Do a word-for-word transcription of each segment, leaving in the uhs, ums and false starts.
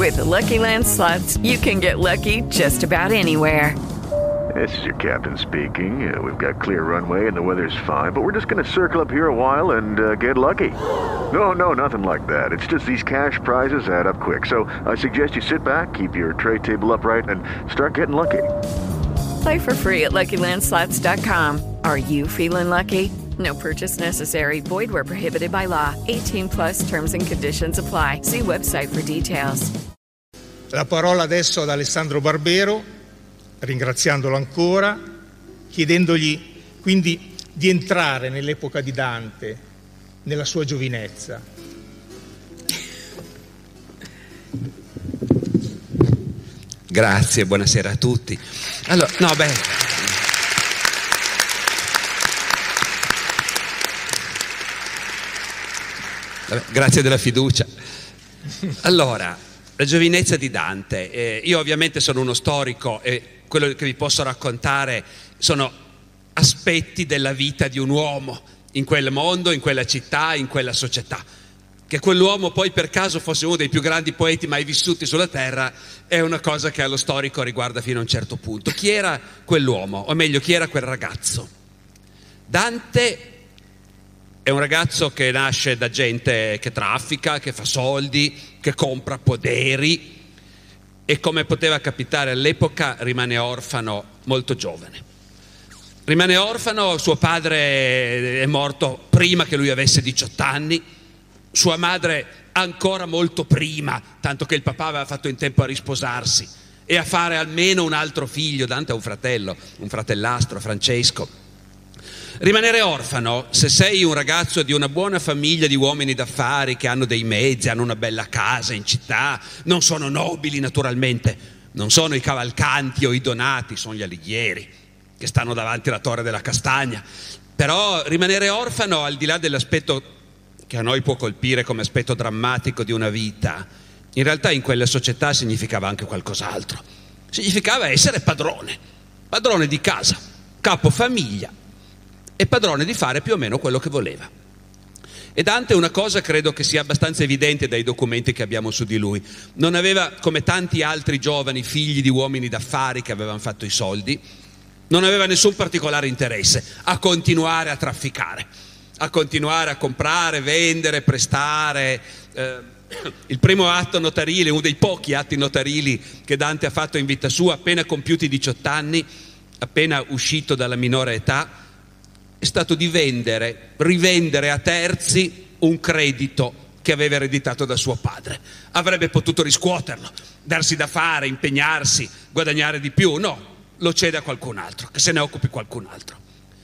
With the Lucky Land Slots, you can get lucky just about anywhere. This is your captain speaking. Uh, we've got clear runway and the weather's fine, but we're just going to circle up here a while and uh, get lucky. No, no, nothing like that. It's just these cash prizes add up quick. So I suggest you sit back, keep your tray table upright, and start getting lucky. Play for free at Lucky Land Slots dot com. Are you feeling lucky? No purchase necessary. Void where prohibited by law. eighteen plus terms and conditions apply. See website for details. La parola adesso ad Alessandro Barbero, ringraziandolo ancora, chiedendogli quindi di entrare nell'epoca di Dante, nella sua giovinezza. Grazie, buonasera a tutti. Allora, no, beh. Vabbè, grazie della fiducia. Allora, la giovinezza di Dante. Eh, io ovviamente sono uno storico e quello che vi posso raccontare sono aspetti della vita di un uomo in quel mondo, in quella città, in quella società. Che quell'uomo poi per caso fosse uno dei più grandi poeti mai vissuti sulla terra è una cosa che allo storico riguarda fino a un certo punto. Chi era quell'uomo? O meglio, chi era quel ragazzo? Dante è un ragazzo che nasce da gente che traffica, che fa soldi, che compra poderi e, come poteva capitare all'epoca, rimane orfano molto giovane. Rimane orfano, suo padre è morto prima che lui avesse diciotto anni, sua madre ancora molto prima, tanto che il papà aveva fatto in tempo a risposarsi e a fare almeno un altro figlio. Dante ha un fratello, un fratellastro, Francesco. Rimanere orfano, se sei un ragazzo di una buona famiglia di uomini d'affari che hanno dei mezzi, hanno una bella casa in città, non sono nobili naturalmente, non sono i Cavalcanti o i Donati, sono gli Alighieri che stanno davanti alla Torre della Castagna. Però rimanere orfano, al di là dell'aspetto che a noi può colpire come aspetto drammatico di una vita, in realtà in quella società significava anche qualcos'altro. Significava essere padrone, padrone di casa, capofamiglia e padrone di fare più o meno quello che voleva. E Dante, una cosa credo che sia abbastanza evidente dai documenti che abbiamo su di lui: non aveva, come tanti altri giovani figli di uomini d'affari che avevano fatto i soldi, non aveva nessun particolare interesse a continuare a trafficare, a continuare a comprare, vendere, prestare. Eh, il primo atto notarile, uno dei pochi atti notarili che Dante ha fatto in vita sua, appena compiuti diciotto anni, appena uscito dalla minore età, è stato di vendere, rivendere a terzi un credito che aveva ereditato da suo padre. Avrebbe potuto riscuoterlo, darsi da fare, impegnarsi, guadagnare di più. No, lo cede a qualcun altro, che se ne occupi qualcun altro.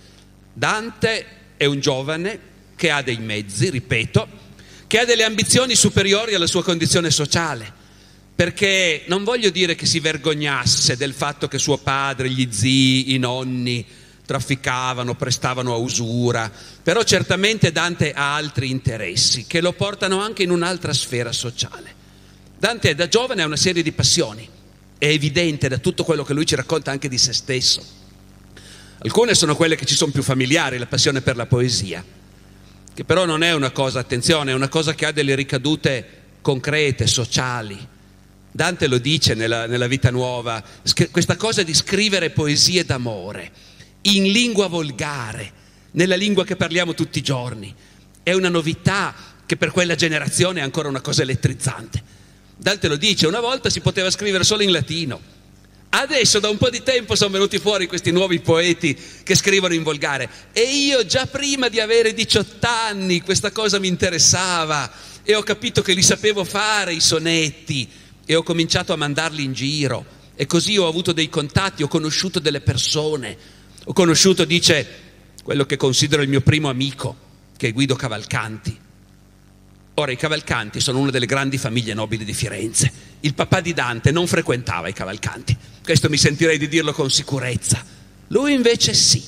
Dante è un giovane che ha dei mezzi, ripeto, che ha delle ambizioni superiori alla sua condizione sociale, perché non voglio dire che si vergognasse del fatto che suo padre, gli zii, i nonni trafficavano, prestavano a usura, però certamente Dante ha altri interessi che lo portano anche in un'altra sfera sociale. Dante da giovane ha una serie di passioni, è evidente da tutto quello che lui ci racconta anche di se stesso. Alcune sono quelle che ci sono più familiari, la passione per la poesia, che però non è una cosa, attenzione, è una cosa che ha delle ricadute concrete, sociali. Dante lo dice nella, nella Vita Nuova, questa cosa di scrivere poesie d'amore in lingua volgare, nella lingua che parliamo tutti i giorni, è una novità che per quella generazione è ancora una cosa elettrizzante. Dante lo dice, una volta si poteva scrivere solo in latino, adesso da un po' di tempo sono venuti fuori questi nuovi poeti che scrivono in volgare, e io già prima di avere diciotto anni questa cosa mi interessava e ho capito che li sapevo fare i sonetti e ho cominciato a mandarli in giro, e così ho avuto dei contatti, ho conosciuto delle persone. Ho conosciuto, dice, quello che considero il mio primo amico, che è Guido Cavalcanti. Ora, i Cavalcanti sono una delle grandi famiglie nobili di Firenze. Il papà di Dante non frequentava i Cavalcanti, questo mi sentirei di dirlo con sicurezza. Lui invece sì.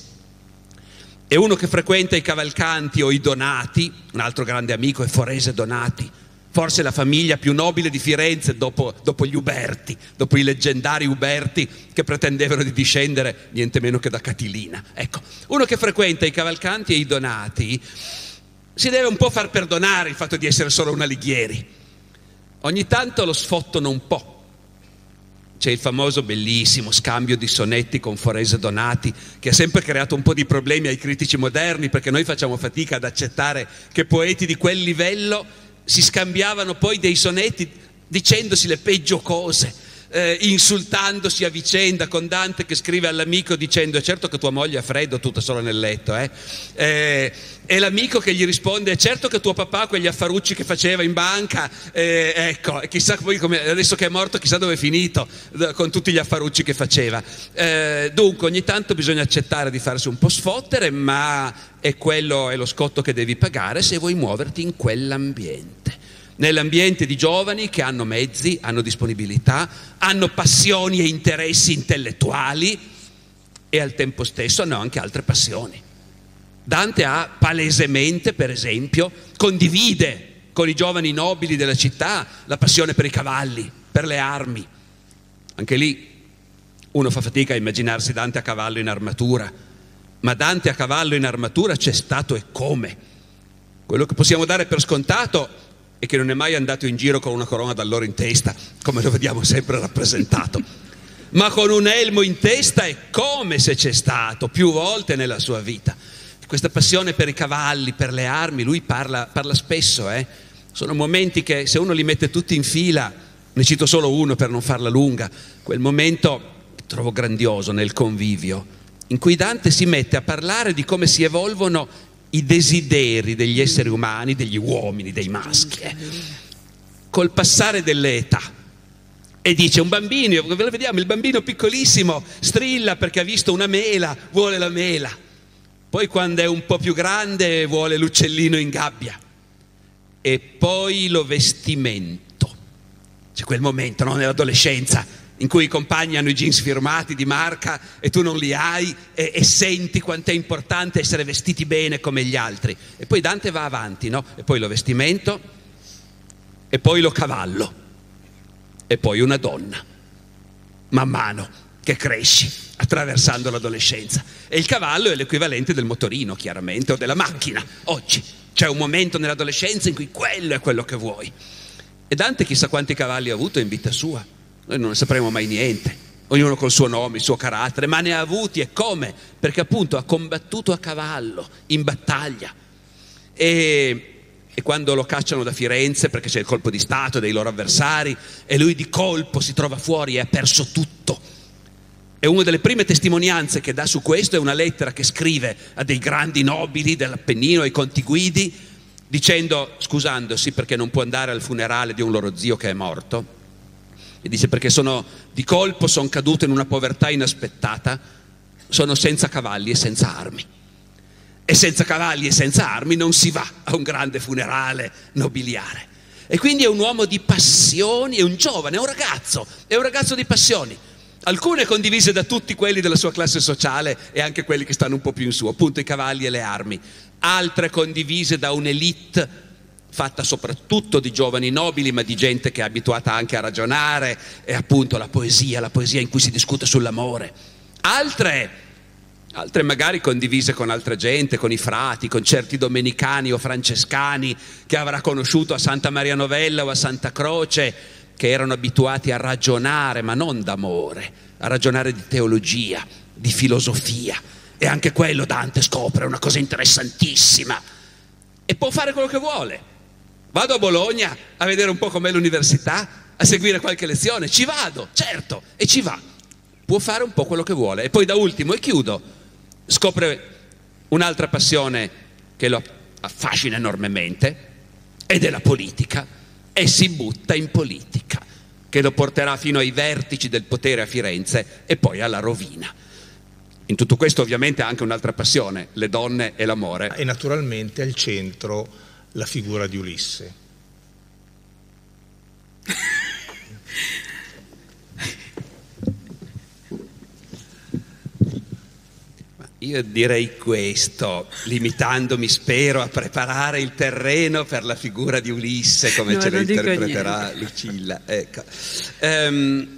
È uno che frequenta i Cavalcanti o i Donati, un altro grande amico è Forese Donati, forse la famiglia più nobile di Firenze dopo, dopo gli Uberti, dopo i leggendari Uberti che pretendevano di discendere niente meno che da Catilina. Ecco, uno che frequenta i Cavalcanti e i Donati si deve un po' far perdonare il fatto di essere solo un Alighieri. ogni tanto lo sfottono un po'. C'è il famoso bellissimo scambio di sonetti con Forese Donati, che ha sempre creato un po' di problemi ai critici moderni, perché noi facciamo fatica ad accettare che poeti di quel livello si scambiavano poi dei sonetti dicendosi le peggio cose, eh, insultandosi a vicenda, con Dante che scrive all'amico dicendo: è certo che tua moglie ha freddo tutta sola nel letto, eh? Eh, e l'amico che gli risponde: è certo che tuo papà quegli affarucci che faceva in banca, eh, ecco, chissà poi come, adesso che è morto chissà dove è finito con tutti gli affarucci che faceva. Eh, dunque ogni tanto bisogna accettare di farsi un po' sfottere, ma è quello è lo scotto che devi pagare se vuoi muoverti in quell'ambiente. Nell'ambiente di giovani che hanno mezzi, hanno disponibilità, hanno passioni e interessi intellettuali e al tempo stesso hanno anche altre passioni. Dante ha palesemente, per esempio, condivide con i giovani nobili della città la passione per i cavalli, per le armi. Anche lì uno fa fatica a immaginarsi Dante a cavallo in armatura, ma Dante a cavallo in armatura c'è stato e come. Quello che possiamo dare per scontato e che non è mai andato in giro con una corona d'alloro in testa, come lo vediamo sempre rappresentato, ma con un elmo in testa è come se c'è stato più volte nella sua vita. Questa passione per i cavalli, per le armi, lui parla, parla spesso, eh? Sono momenti che se uno li mette tutti in fila, ne cito solo uno per non farla lunga, quel momento che trovo grandioso nel convivio, in cui Dante si mette a parlare di come si evolvono i desideri degli esseri umani, degli uomini, dei maschi, eh, col passare delle età. E dice: un bambino, ve lo vediamo, il bambino piccolissimo strilla perché ha visto una mela, vuole la mela. Poi quando è un po' più grande vuole l'uccellino in gabbia. E poi lo vestimento. C'è quel momento, no, nell'adolescenza, in cui i compagni hanno i jeans firmati di marca e tu non li hai, e, e senti quanto è importante essere vestiti bene come gli altri. E poi Dante va avanti, no? E poi lo vestimento, e poi lo cavallo, e poi una donna, man mano che cresci, attraversando l'adolescenza. E il cavallo è l'equivalente del motorino, chiaramente, o della macchina. Oggi c'è un momento nell'adolescenza in cui quello è quello che vuoi. E Dante chissà quanti cavalli ha avuto in vita sua. Noi non ne sapremo mai niente, ognuno col suo nome, il suo carattere, ma ne ha avuti, e come? Perché appunto ha combattuto a cavallo, in battaglia. E, e quando lo cacciano da Firenze, perché c'è il colpo di Stato dei loro avversari, e lui di colpo si trova fuori e ha perso tutto. E una delle prime testimonianze che dà su questo è una lettera che scrive a dei grandi nobili dell'Appennino, ai Conti Guidi, dicendo, scusandosi perché non può andare al funerale di un loro zio che è morto, e dice: perché sono di colpo, sono caduto in una povertà inaspettata, sono senza cavalli e senza armi, e senza cavalli e senza armi non si va a un grande funerale nobiliare. E quindi è un uomo di passioni, è un giovane, è un ragazzo, è un ragazzo di passioni, alcune condivise da tutti quelli della sua classe sociale e anche quelli che stanno un po' più in su, appunto i cavalli e le armi, altre condivise da un'elite fatta soprattutto di giovani nobili, ma di gente che è abituata anche a ragionare, e appunto la poesia, la poesia in cui si discute sull'amore. Altre, altre magari condivise con altra gente, con i frati, con certi domenicani o francescani che avrà conosciuto a Santa Maria Novella o a Santa Croce, che erano abituati a ragionare, ma non d'amore, a ragionare di teologia, di filosofia. E anche quello Dante scopre, è una cosa interessantissima. E può fare quello che vuole. Vado a Bologna a vedere un po' com'è l'università, a seguire qualche lezione, ci vado, certo, e ci va. Può fare un po' quello che vuole. E poi da ultimo, e chiudo, scopre un'altra passione che lo affascina enormemente, ed è la politica, e si butta in politica, che lo porterà fino ai vertici del potere a Firenze e poi alla rovina. In tutto questo ovviamente ha anche un'altra passione, le donne e l'amore. E naturalmente al centro la figura di Ulisse. Io direi questo, limitandomi, spero, a preparare il terreno per la figura di Ulisse, come no, ce lo interpreterà Lucilla. Ecco. Um,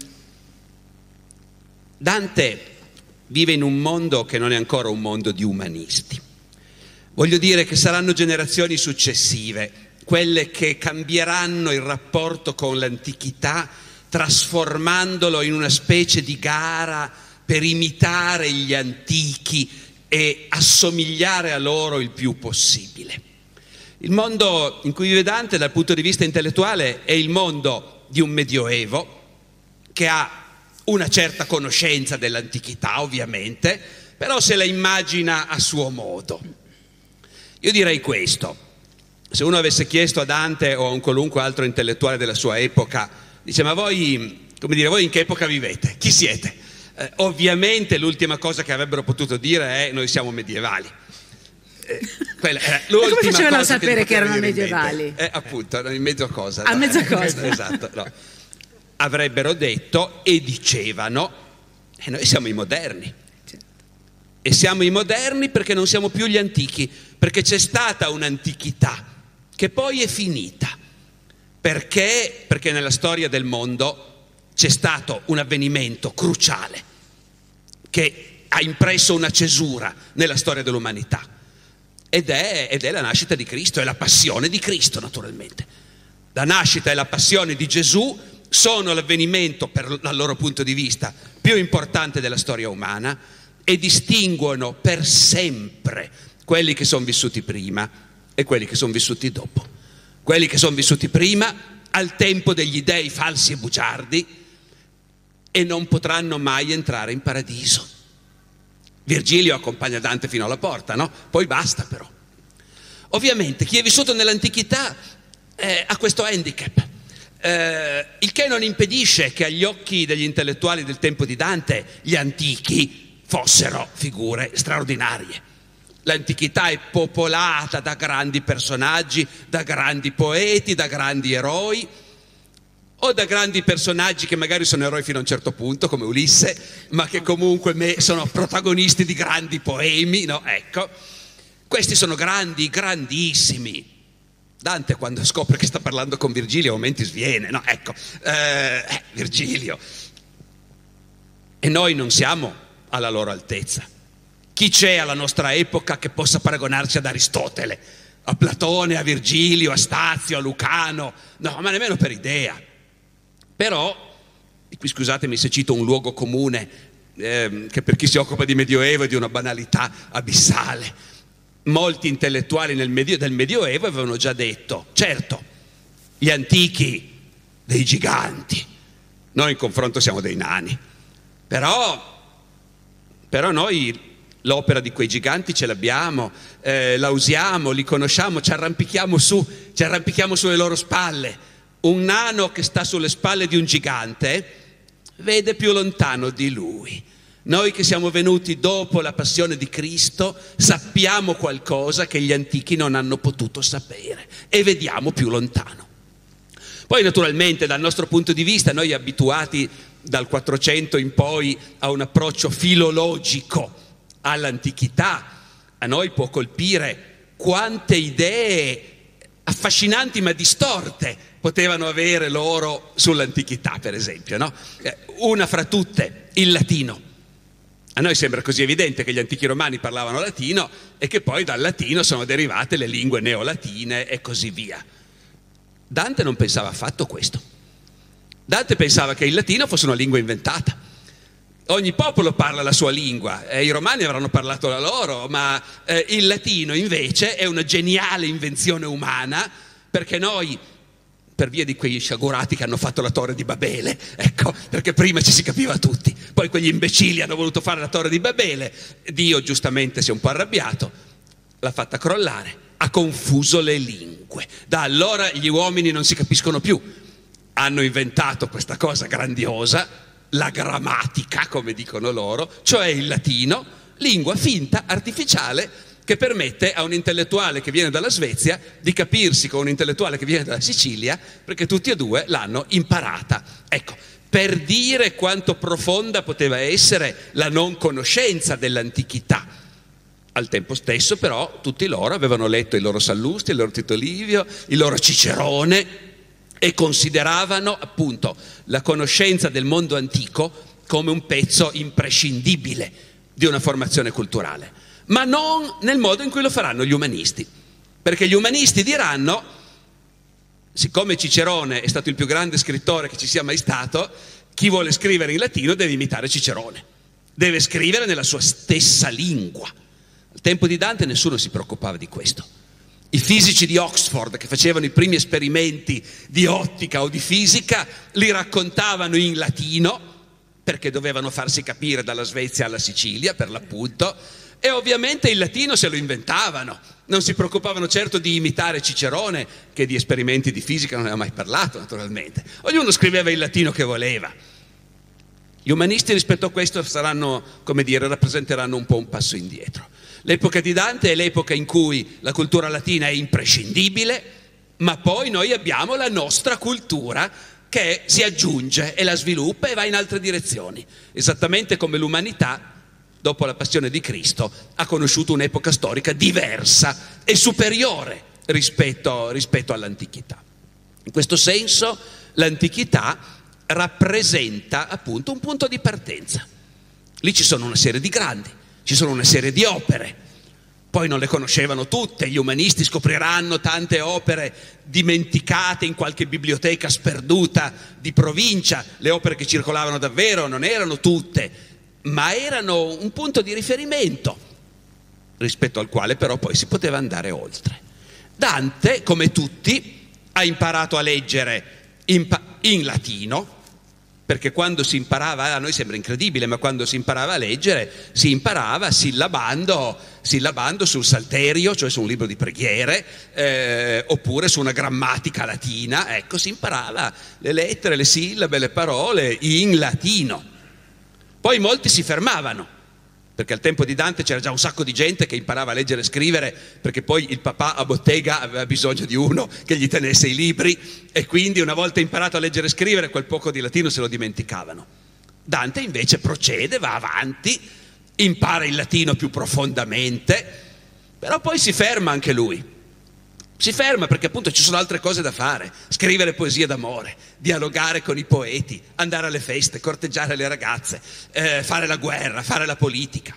Dante vive in un mondo che non è ancora un mondo di umanisti. Voglio dire che saranno generazioni successive quelle che cambieranno il rapporto con l'antichità, trasformandolo in una specie di gara per imitare gli antichi e assomigliare a loro il più possibile. Il mondo in cui vive Dante dal punto di vista intellettuale è il mondo di un medioevo che ha una certa conoscenza dell'antichità, ovviamente, però se la immagina a suo modo. Io direi questo: se uno avesse chiesto a Dante o a un qualunque altro intellettuale della sua epoca, dice: ma voi, come dire, voi in che epoca vivete? Chi siete? Eh, ovviamente l'ultima cosa che avrebbero potuto dire è: noi siamo medievali. Eh, quella era l'ultima come facevano cosa a sapere che, che erano medievali? Eh, appunto, in mezzo a cosa? A no? mezzo a cosa? Esatto, no. Avrebbero detto e dicevano: e noi siamo i moderni. E siamo i moderni perché non siamo più gli antichi, perché c'è stata un'antichità che poi è finita. Perché? Perché nella storia del mondo c'è stato un avvenimento cruciale che ha impresso una cesura nella storia dell'umanità, ed è, ed è la nascita di Cristo, è la passione di Cristo, naturalmente. La nascita e la passione di Gesù sono l'avvenimento, per, dal loro punto di vista, più importante della storia umana, e distinguono per sempre quelli che sono vissuti prima e quelli che sono vissuti dopo. Quelli che sono vissuti prima al tempo degli dei falsi e bugiardi e non potranno mai entrare in paradiso. Virgilio accompagna Dante fino alla porta, no? Poi basta però. Ovviamente chi è vissuto nell'antichità eh, ha questo handicap, eh, il che non impedisce che agli occhi degli intellettuali del tempo di Dante gli antichi fossero figure straordinarie. L'antichità è popolata da grandi personaggi, da grandi poeti, da grandi eroi, o da grandi personaggi che magari sono eroi fino a un certo punto, come Ulisse, ma che comunque sono protagonisti di grandi poemi, no? Ecco, questi sono grandi, grandissimi. Dante, quando scopre che sta parlando con Virgilio, a momenti sviene, no? Ecco, eh, Virgilio. E noi non siamo alla loro altezza. Chi c'è alla nostra epoca che possa paragonarci ad Aristotele, a Platone, a Virgilio, a Stazio, a Lucano? No, ma nemmeno per idea. Però, e qui scusatemi se cito un luogo comune, eh, che per chi si occupa di Medioevo è di una banalità abissale, molti intellettuali nel medio, del Medioevo avevano già detto: certo, gli antichi dei giganti, noi in confronto siamo dei nani, però Però noi l'opera di quei giganti ce l'abbiamo, eh, la usiamo, li conosciamo, ci arrampichiamo su, ci arrampichiamo sulle loro spalle. Un nano che sta sulle spalle di un gigante vede più lontano di lui. Noi che siamo venuti dopo la passione di Cristo sappiamo qualcosa che gli antichi non hanno potuto sapere e vediamo più lontano. Poi naturalmente dal nostro punto di vista, noi abituati dal quattrocento in poi a un approccio filologico all'antichità, a noi può colpire quante idee affascinanti ma distorte potevano avere loro sull'antichità, per esempio, no? Una fra tutte, il latino. A noi sembra così evidente che gli antichi romani parlavano latino e che poi dal latino sono derivate le lingue neolatine e così via. Dante non pensava affatto questo. Dante pensava che il latino fosse una lingua inventata. Ogni popolo parla la sua lingua, eh, i romani avranno parlato la loro, ma eh, il latino invece è una geniale invenzione umana, perché noi, per via di quegli sciagurati che hanno fatto la torre di Babele, ecco, perché prima ci si capiva tutti, poi quegli imbecilli hanno voluto fare la torre di Babele, Dio giustamente si è un po' arrabbiato, l'ha fatta crollare, ha confuso le lingue, da allora gli uomini non si capiscono più. Hanno inventato questa cosa grandiosa, la grammatica, come dicono loro, cioè il latino, lingua finta, artificiale, che permette a un intellettuale che viene dalla Svezia di capirsi con un intellettuale che viene dalla Sicilia, perché tutti e due l'hanno imparata. Ecco, per dire quanto profonda poteva essere la non conoscenza dell'antichità. Al tempo stesso, però, tutti loro avevano letto il loro Sallusti, il loro Tito Livio, il loro Cicerone, e consideravano appunto la conoscenza del mondo antico come un pezzo imprescindibile di una formazione culturale, ma non nel modo in cui lo faranno gli umanisti, perché gli umanisti diranno: siccome Cicerone è stato il più grande scrittore che ci sia mai stato, chi vuole scrivere in latino deve imitare Cicerone, deve scrivere nella sua stessa lingua. Al tempo di Dante nessuno si preoccupava di questo. I fisici di Oxford che facevano i primi esperimenti di ottica o di fisica li raccontavano in latino, perché dovevano farsi capire dalla Svezia alla Sicilia, per l'appunto, e ovviamente il latino se lo inventavano. Non si preoccupavano certo di imitare Cicerone, che di esperimenti di fisica non aveva mai parlato, naturalmente. Ognuno scriveva il latino che voleva. Gli umanisti rispetto a questo saranno, come dire, rappresenteranno un po' un passo indietro. L'epoca di Dante è l'epoca in cui la cultura latina è imprescindibile, ma poi noi abbiamo la nostra cultura che si aggiunge e la sviluppa e va in altre direzioni, esattamente come l'umanità dopo la passione di Cristo ha conosciuto un'epoca storica diversa e superiore rispetto, rispetto all'antichità. In questo senso l'antichità rappresenta appunto un punto di partenza. Lì ci sono una serie di grandi, ci sono una serie di opere, poi non le conoscevano tutte, gli umanisti scopriranno tante opere dimenticate in qualche biblioteca sperduta di provincia, le opere che circolavano davvero non erano tutte, ma erano un punto di riferimento rispetto al quale però poi si poteva andare oltre. Dante, come tutti, ha imparato a leggere in, in latino, perché quando si imparava, a noi sembra incredibile, ma quando si imparava a leggere si imparava sillabando, sillabando sul salterio, cioè su un libro di preghiere, eh, oppure su una grammatica latina. Ecco, si imparava le lettere, le sillabe, le parole in latino. Poi molti si fermavano, perché al tempo di Dante c'era già un sacco di gente che imparava a leggere e scrivere, perché poi il papà a bottega aveva bisogno di uno che gli tenesse i libri, e quindi una volta imparato a leggere e scrivere quel poco di latino se lo dimenticavano. Dante invece procede, va avanti, impara il latino più profondamente, però poi si ferma anche lui. Si ferma perché appunto ci sono altre cose da fare: scrivere poesie d'amore, dialogare con i poeti, andare alle feste, corteggiare le ragazze, eh, fare la guerra, fare la politica.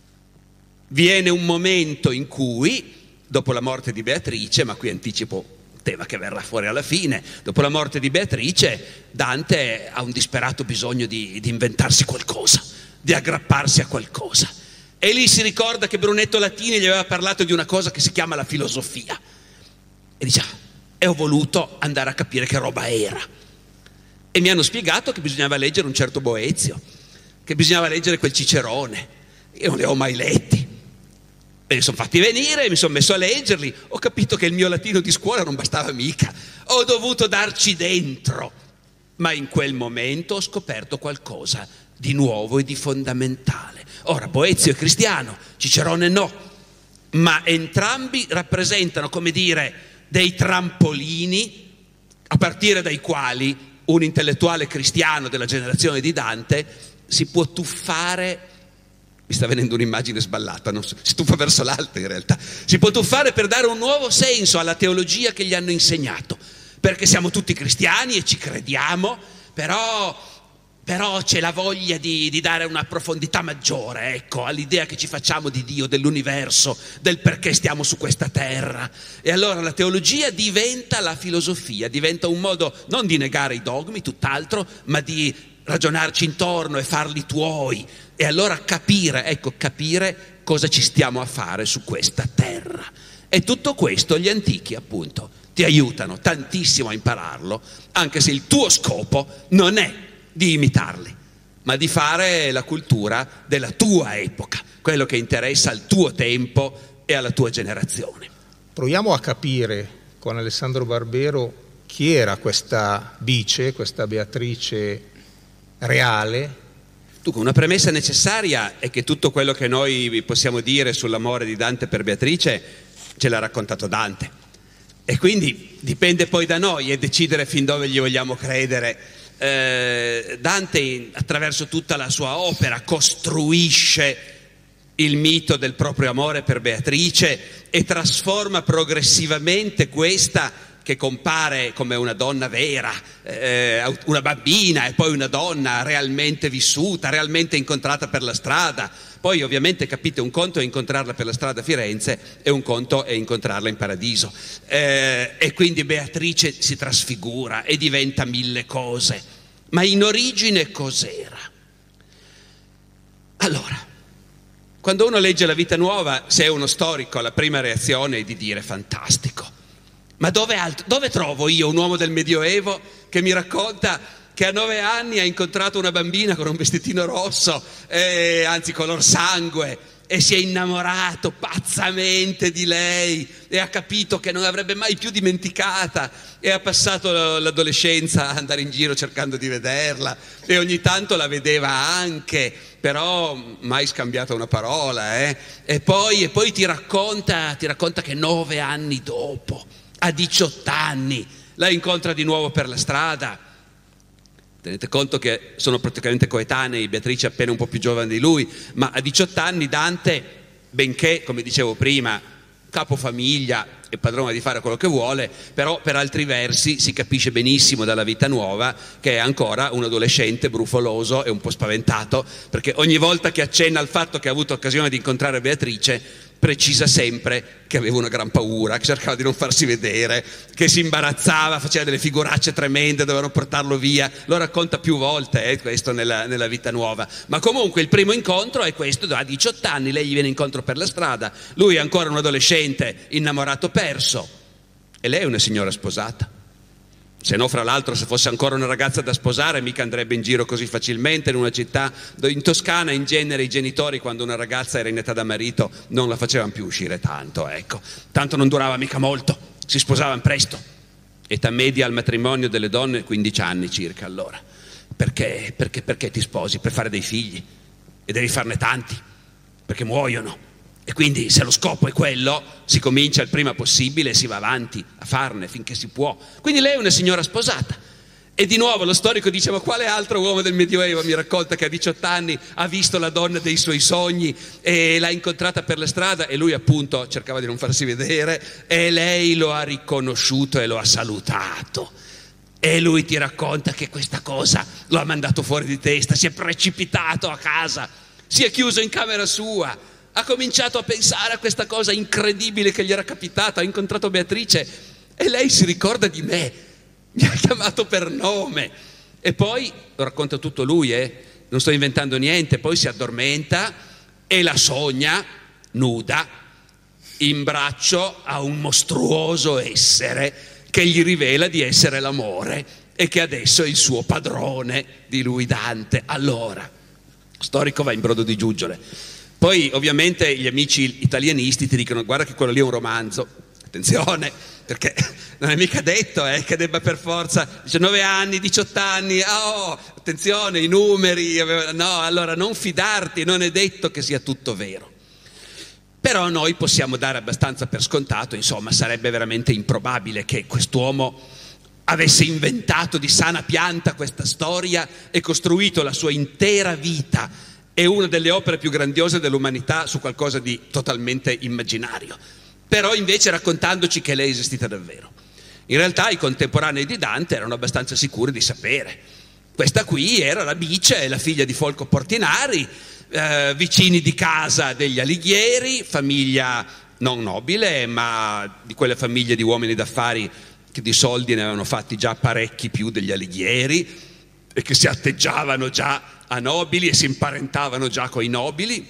Viene un momento in cui, dopo la morte di Beatrice, ma qui anticipo un tema che verrà fuori alla fine, dopo la morte di Beatrice Dante ha un disperato bisogno di, di inventarsi qualcosa, di aggrapparsi a qualcosa, e lì si ricorda che Brunetto Latini gli aveva parlato di una cosa che si chiama la filosofia. E dice, ah, e ho voluto andare a capire che roba era. E mi hanno spiegato che bisognava leggere un certo Boezio, che bisognava leggere quel Cicerone. Io non li ho mai letti. Me li sono fatti venire, mi sono messo a leggerli, ho capito che il mio latino di scuola non bastava mica. Ho dovuto darci dentro. Ma in quel momento ho scoperto qualcosa di nuovo e di fondamentale. Ora, Boezio è cristiano, Cicerone no, ma entrambi rappresentano, come dire, dei trampolini a partire dai quali un intellettuale cristiano della generazione di Dante si può tuffare. Mi sta venendo un'immagine sballata, non so, si tuffa verso l'alto in realtà, si può tuffare per dare un nuovo senso alla teologia che gli hanno insegnato, perché siamo tutti cristiani e ci crediamo, però però c'è la voglia di, di dare una profondità maggiore, ecco, all'idea che ci facciamo di Dio, dell'universo, del perché stiamo su questa terra. E allora la teologia diventa la filosofia, diventa un modo non di negare i dogmi, tutt'altro, ma di ragionarci intorno e farli tuoi. E allora capire, ecco, capire cosa ci stiamo a fare su questa terra. E tutto questo gli antichi, appunto, ti aiutano tantissimo a impararlo, anche se il tuo scopo non è di imitarli, ma di fare la cultura della tua epoca, quello che interessa al tuo tempo e alla tua generazione. Proviamo a capire con Alessandro Barbero chi era questa Bice, questa Beatrice reale. Dunque, una premessa necessaria è che tutto quello che noi possiamo dire sull'amore di Dante per Beatrice ce l'ha raccontato Dante, e quindi dipende poi da noi e decidere fin dove gli vogliamo credere. Eh, Dante, attraverso tutta la sua opera, costruisce il mito del proprio amore per Beatrice e trasforma progressivamente questa che compare come una donna vera, eh, una bambina e poi una donna realmente vissuta, realmente incontrata per la strada. Poi ovviamente capite, un conto è incontrarla per la strada a Firenze e un conto è incontrarla in paradiso. Eh, e quindi Beatrice si trasfigura e diventa mille cose. Ma in origine cos'era? Allora, quando uno legge La Vita Nuova, se è uno storico, la prima reazione è di dire fantastico. Ma dove, alt- dove trovo io un uomo del Medioevo che mi racconta che a nove anni ha incontrato una bambina con un vestitino rosso, eh, anzi color sangue, e si è innamorato pazzamente di lei e ha capito che non l'avrebbe mai più dimenticata e ha passato l'adolescenza a andare in giro cercando di vederla e ogni tanto la vedeva anche, però mai scambiata una parola, eh? e, poi, e poi ti racconta, ti racconta che nove anni dopo, a diciotto anni, la incontra di nuovo per la strada. Tenete conto che sono praticamente coetanei, Beatrice è appena un po' più giovane di lui, ma a diciotto anni Dante, benché, come dicevo prima, capofamiglia e padrone di fare quello che vuole, però per altri versi si capisce benissimo dalla Vita Nuova che è ancora un adolescente brufoloso e un po' spaventato, perché ogni volta che accenna al fatto che ha avuto occasione di incontrare Beatrice precisa sempre che aveva una gran paura, che cercava di non farsi vedere, che si imbarazzava, faceva delle figuracce tremende, dovevano portarlo via. Lo racconta più volte eh, questo nella, nella Vita Nuova. Ma comunque il primo incontro è questo, a diciotto anni lei gli viene incontro per la strada, lui è ancora un adolescente innamorato perso e lei è una signora sposata. Se no, fra l'altro, se fosse ancora una ragazza da sposare mica andrebbe in giro così facilmente in una città. In Toscana in genere i genitori, quando una ragazza era in età da marito, non la facevano più uscire tanto, ecco. Tanto non durava mica molto, si sposavano presto. Età media al matrimonio delle donne quindici anni circa allora. Perché? Perché, perché ti sposi? Per fare dei figli, e devi farne tanti, perché muoiono. E quindi se lo scopo è quello, si comincia il prima possibile e si va avanti a farne finché si può. Quindi lei è una signora sposata. E di nuovo lo storico dice: ma quale altro uomo del Medioevo mi racconta che a diciotto anni ha visto la donna dei suoi sogni e l'ha incontrata per la strada e lui appunto cercava di non farsi vedere e lei lo ha riconosciuto e lo ha salutato. E lui ti racconta che questa cosa lo ha mandato fuori di testa, si è precipitato a casa, si è chiuso in camera sua. Ha cominciato a pensare a questa cosa incredibile che gli era capitata. Ha incontrato Beatrice e lei si ricorda di me, mi ha chiamato per nome. E poi, lo racconta tutto lui, eh? non sto inventando niente, poi si addormenta e la sogna nuda in braccio a un mostruoso essere che gli rivela di essere l'amore e che adesso è il suo padrone di lui Dante. Allora, lo storico va in brodo di giuggiole. Poi ovviamente gli amici italianisti ti dicono: guarda che quello lì è un romanzo, attenzione, perché non è mica detto eh, che debba per forza diciannove anni, diciotto anni, oh, attenzione, i numeri, no, allora non fidarti, non è detto che sia tutto vero. Però noi possiamo dare abbastanza per scontato, insomma, sarebbe veramente improbabile che quest'uomo avesse inventato di sana pianta questa storia e costruito la sua intera vita è una delle opere più grandiose dell'umanità su qualcosa di totalmente immaginario, però invece raccontandoci che lei è esistita davvero. In realtà i contemporanei di Dante erano abbastanza sicuri di sapere. Questa qui era la Bice, la figlia di Folco Portinari, eh, vicini di casa degli Alighieri, famiglia non nobile, ma di quelle famiglie di uomini d'affari che di soldi ne avevano fatti già parecchi più degli Alighieri e che si atteggiavano già a nobili e si imparentavano già coi nobili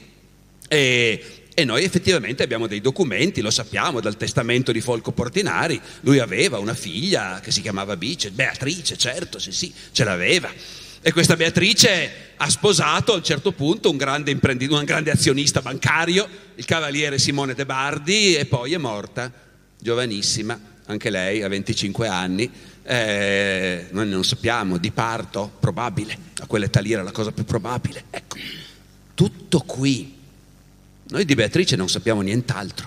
e, e noi effettivamente abbiamo dei documenti, lo sappiamo dal testamento di Folco Portinari. Lui aveva una figlia che si chiamava Bice, Beatrice, certo, sì sì, ce l'aveva, e questa Beatrice ha sposato a un certo punto un grande imprenditore, un grande azionista bancario, il cavaliere Simone de Bardi, e poi è morta giovanissima, anche lei a venticinque anni. Eh, noi non sappiamo, di parto, probabile, a quell'età lì era la cosa più probabile. Ecco, tutto qui. Noi di Beatrice non sappiamo nient'altro.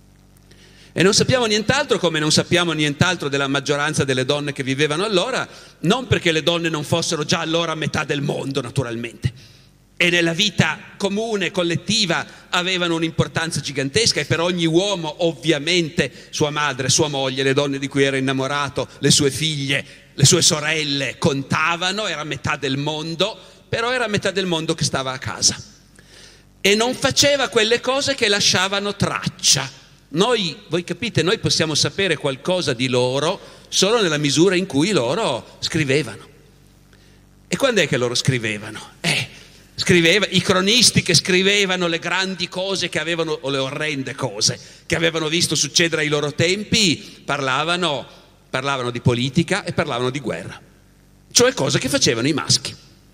E non sappiamo nient'altro come non sappiamo nient'altro della maggioranza delle donne che vivevano allora, non perché le donne non fossero già allora a metà del mondo, naturalmente, e nella vita comune, collettiva, avevano un'importanza gigantesca, e per ogni uomo ovviamente sua madre, sua moglie, le donne di cui era innamorato, le sue figlie, le sue sorelle contavano, era metà del mondo, però era metà del mondo che stava a casa e non faceva quelle cose che lasciavano traccia. Noi, voi capite, noi possiamo sapere qualcosa di loro solo nella misura in cui loro scrivevano. E quando è che loro scrivevano? Eh, scriveva, i cronisti che scrivevano le grandi cose che avevano, o le orrende cose che avevano visto succedere ai loro tempi, parlavano, parlavano di politica e parlavano di guerra, cioè cose che facevano i maschi.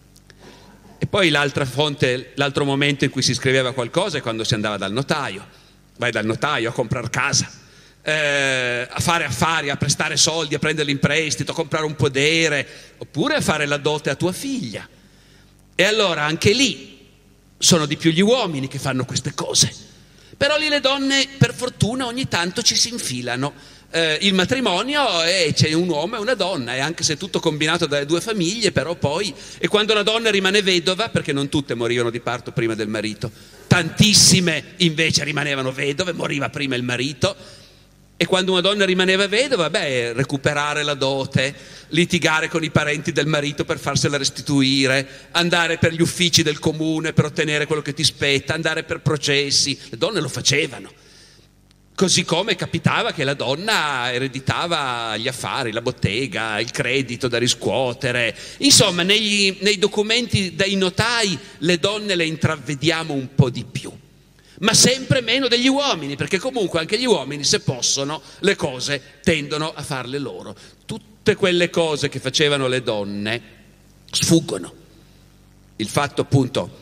E poi l'altra fonte, l'altro momento in cui si scriveva qualcosa è quando si andava dal notaio. Vai dal notaio a comprare casa, eh, a fare affari, a prestare soldi, a prendere l'imprestito, a comprare un podere, oppure a fare la dote a tua figlia. E allora anche lì sono di più gli uomini che fanno queste cose. Però lì le donne, per fortuna, ogni tanto ci si infilano. Eh, il matrimonio è, c'è un uomo e una donna, e anche se è tutto combinato dalle due famiglie, però poi, e quando la donna rimane vedova, perché non tutte morivano di parto prima del marito, tantissime invece rimanevano vedove, moriva prima il marito, e quando una donna rimaneva vedova, beh, recuperare la dote, litigare con i parenti del marito per farsela restituire, andare per gli uffici del comune per ottenere quello che ti spetta, andare per processi, le donne lo facevano. Così come capitava che la donna ereditava gli affari, la bottega, il credito da riscuotere. Insomma, negli, nei documenti dei notai le donne le intravediamo un po' di più, ma sempre meno degli uomini, perché comunque anche gli uomini, se possono, le cose tendono a farle loro. Tutte quelle cose che facevano le donne sfuggono. Il fatto appunto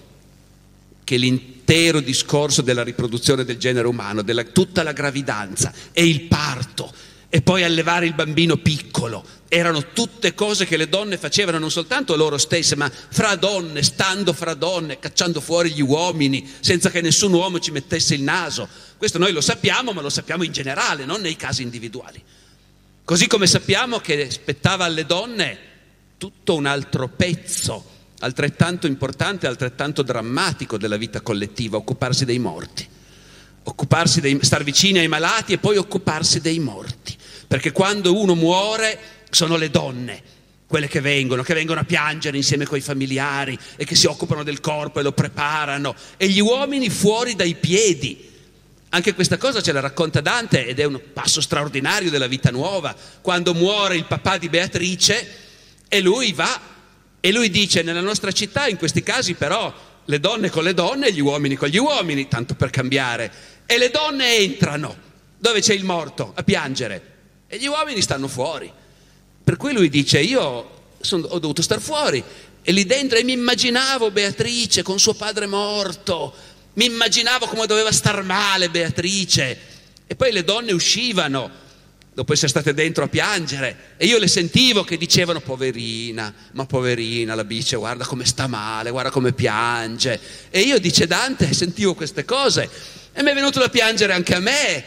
che l'intero discorso della riproduzione del genere umano, della, tutta la gravidanza e il parto e poi allevare il bambino piccolo, erano tutte cose che le donne facevano non soltanto loro stesse, ma fra donne, stando fra donne, cacciando fuori gli uomini senza che nessun uomo ci mettesse il naso. Questo noi lo sappiamo, ma lo sappiamo in generale, non nei casi individuali. Così come sappiamo che spettava alle donne tutto un altro pezzo altrettanto importante, altrettanto drammatico della vita collettiva: occuparsi dei morti, occuparsi dei, star vicini ai malati e poi occuparsi dei morti, perché quando uno muore sono le donne quelle che vengono, che vengono a piangere insieme coi familiari e che si occupano del corpo e lo preparano, e gli uomini fuori dai piedi. Anche questa cosa ce la racconta Dante ed è un passo straordinario della vita nuova, quando muore il papà di Beatrice e lui va e lui dice: nella nostra città in questi casi però le donne con le donne e gli uomini con gli uomini, tanto per cambiare, e le donne entrano dove c'è il morto a piangere e gli uomini stanno fuori. Per cui lui dice: io sono, ho dovuto star fuori e lì dentro, e mi immaginavo Beatrice con suo padre morto, mi immaginavo come doveva star male Beatrice, e poi le donne uscivano dopo essere state dentro a piangere e io le sentivo che dicevano: poverina, ma poverina la bice, guarda come sta male, guarda come piange. E io, dice Dante, sentivo queste cose e mi è venuto da piangere anche a me,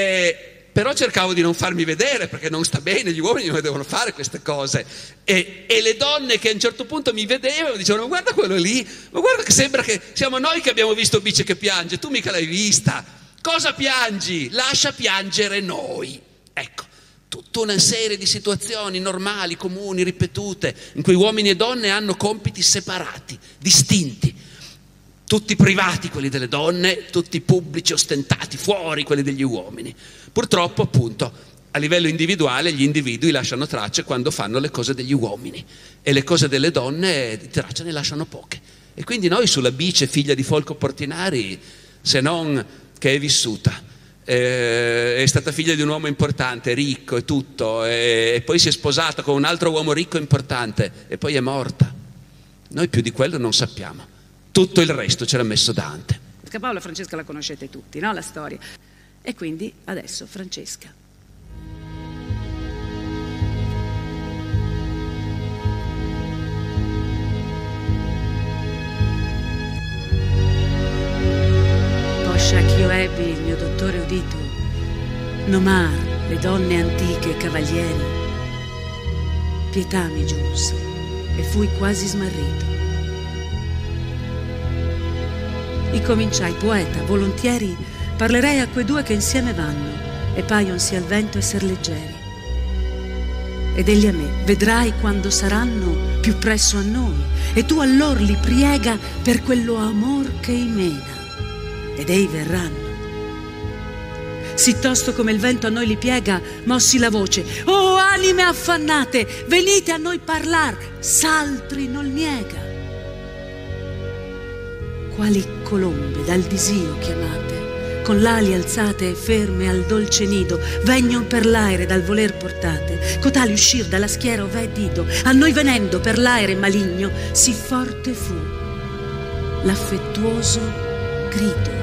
eh, però cercavo di non farmi vedere perché non sta bene, gli uomini non devono fare queste cose, e, e le donne che a un certo punto mi vedevano dicevano: ma guarda quello lì, ma guarda che sembra che siamo noi che abbiamo visto bice che piange, tu mica l'hai vista, cosa piangi? Lascia piangere noi. Ecco, tutta una serie di situazioni normali, comuni, ripetute, in cui uomini e donne hanno compiti separati, distinti, tutti privati quelli delle donne, tutti pubblici, ostentati, fuori quelli degli uomini. Purtroppo, appunto, a livello individuale gli individui lasciano tracce quando fanno le cose degli uomini e le cose delle donne di traccia ne lasciano poche. E quindi noi sulla bice, figlia di Folco Portinari, se non che è vissuta, Eh, è stata figlia di un uomo importante, ricco e tutto, e, e poi si è sposata con un altro uomo ricco e importante e poi è morta. Noi più di quello non sappiamo, tutto il resto ce l'ha messo Dante. Paolo e Francesca la conoscete tutti, no? La storia. E quindi adesso Francesca. Poscia ch'io ebbi il mio dottore udito nomar le donne antiche e cavalieri, pietà mi giunse e fui quasi smarrito. Incominciai, poeta, volontieri, parlerei a quei due che insieme vanno e paionsi al vento esser leggeri. Ed egli a me, vedrai quando saranno più presso a noi, e tu allor li priega per quello amor che imena, ed ei verranno. Sì tosto come il vento a noi li piega, mossi la voce: oh anime affannate, venite a noi parlar, s'altri non niega. Quali colombe dal disio chiamate, con l'ali alzate e ferme al dolce nido, vegnon per l'aere dal voler portate, cotali uscir dalla schiera ove è dido, a noi venendo per l'aere maligno, sì forte fu l'affettuoso grido.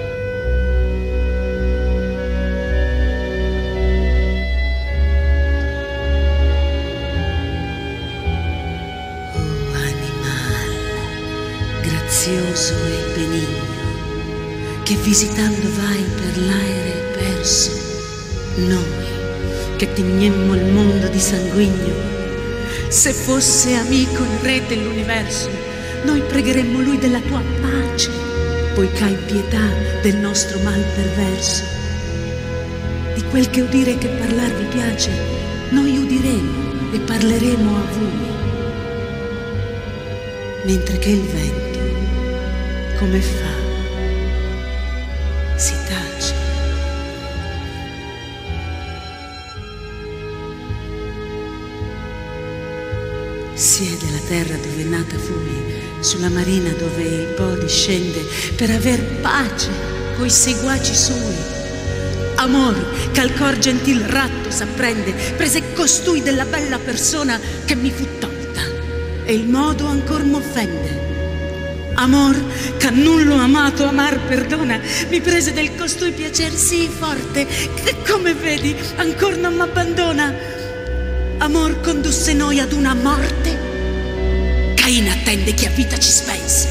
Grazioso e benigno, che visitando vai per l'aere perso, noi che tegnemmo il mondo di sanguigno, se fosse amico il re dell'universo, noi pregheremmo lui della tua pace, poiché hai pietà del nostro mal perverso. Di quel che udire e che parlar vi piace, noi udiremo e parleremo a voi, mentre che il vento come fa, si tace. Siede la terra dove nata fui, sulla marina dove il Po discende, per aver pace coi seguaci suoi. Amor, ch'al cor gentil ratto s'apprende, prese costui della bella persona che mi fu tolta, e il modo ancor m'offende. Amor, che a nullo amato amar perdona, mi prese del costui piacer sì forte, che come vedi ancor non m'abbandona. Amor condusse noi ad una morte, Cain attende chi a vita ci spense.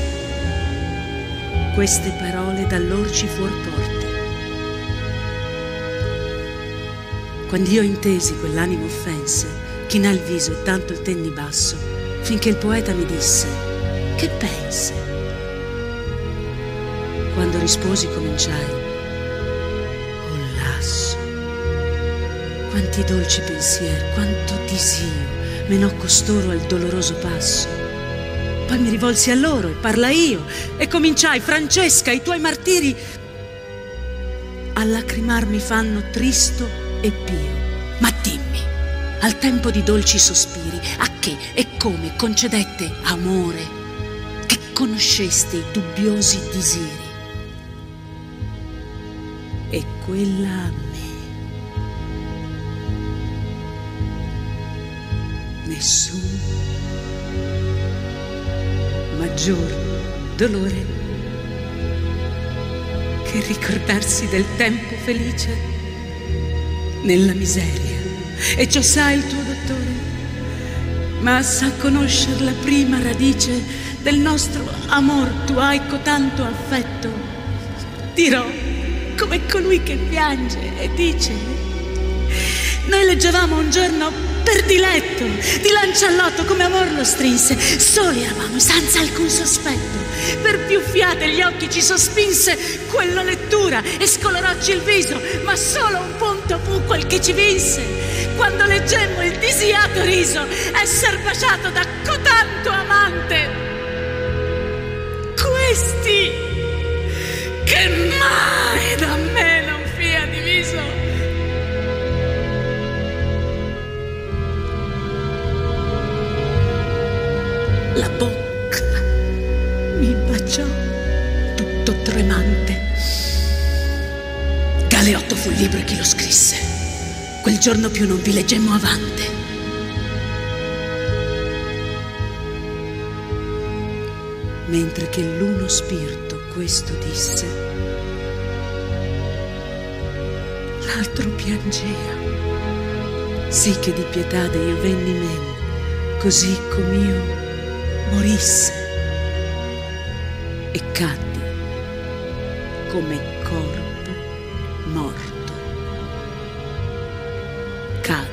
Queste parole da lor ci fuor porte. Quando io intesi quell'animo offense, chinai il viso e tanto il tenni basso, finché il poeta mi disse: che pensi? Quando risposi cominciai: oh lasso, quanti dolci pensier, quanto disio menò costoro al doloroso passo. Poi mi rivolsi a loro e parlai io e cominciai: Francesca, i tuoi martiri a lacrimar mi fanno tristo e pio, ma dimmi, al tempo di dolci sospiri, a che e come concedette amore, che conosceste i dubbiosi disiri? E quella a me nessun maggior dolore che ricordarsi del tempo felice nella miseria. E ciò sa il tuo dottore, ma sa conoscer la prima radice del nostro amor. Tu hai cotanto affetto, dirò come colui che piange e dice: noi leggevamo un giorno per diletto, di lanciallotto come amor lo strinse, soli eravamo senza alcun sospetto, per più fiate gli occhi ci sospinse quella lettura e scolorocci il viso, ma solo un punto fu quel che ci vinse, quando leggemmo il disiato riso esser baciato da cotanto amante. Questi che mai da me non fia diviso, la bocca mi baciò tutto tremante. Galeotto fu il libro e chi lo scrisse, quel giorno più non vi leggemmo avante. Mentre che l'uno spirito questo disse, l'altro piangea, sì che di pietade io venni men, così com'io morisse, e caddi come corpo morto cade.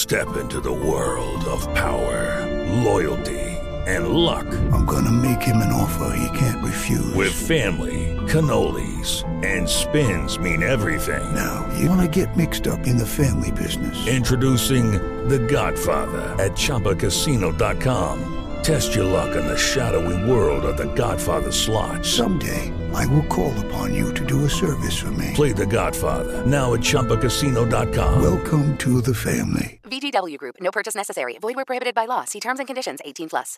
Step into the world of power, loyalty, and luck. I'm gonna make him an offer he can't refuse. With family, cannolis, and spins mean everything. Now, you wanna get mixed up in the family business. Introducing The Godfather at Chumba Casino dot com. Test your luck in the shadowy world of The Godfather slot. Someday, I will call upon you to do a service for me. Play The Godfather, now at Chumba Casino dot com. Welcome to the family. V G W Group. No purchase necessary. Void where prohibited by law. See terms and conditions. eighteen plus.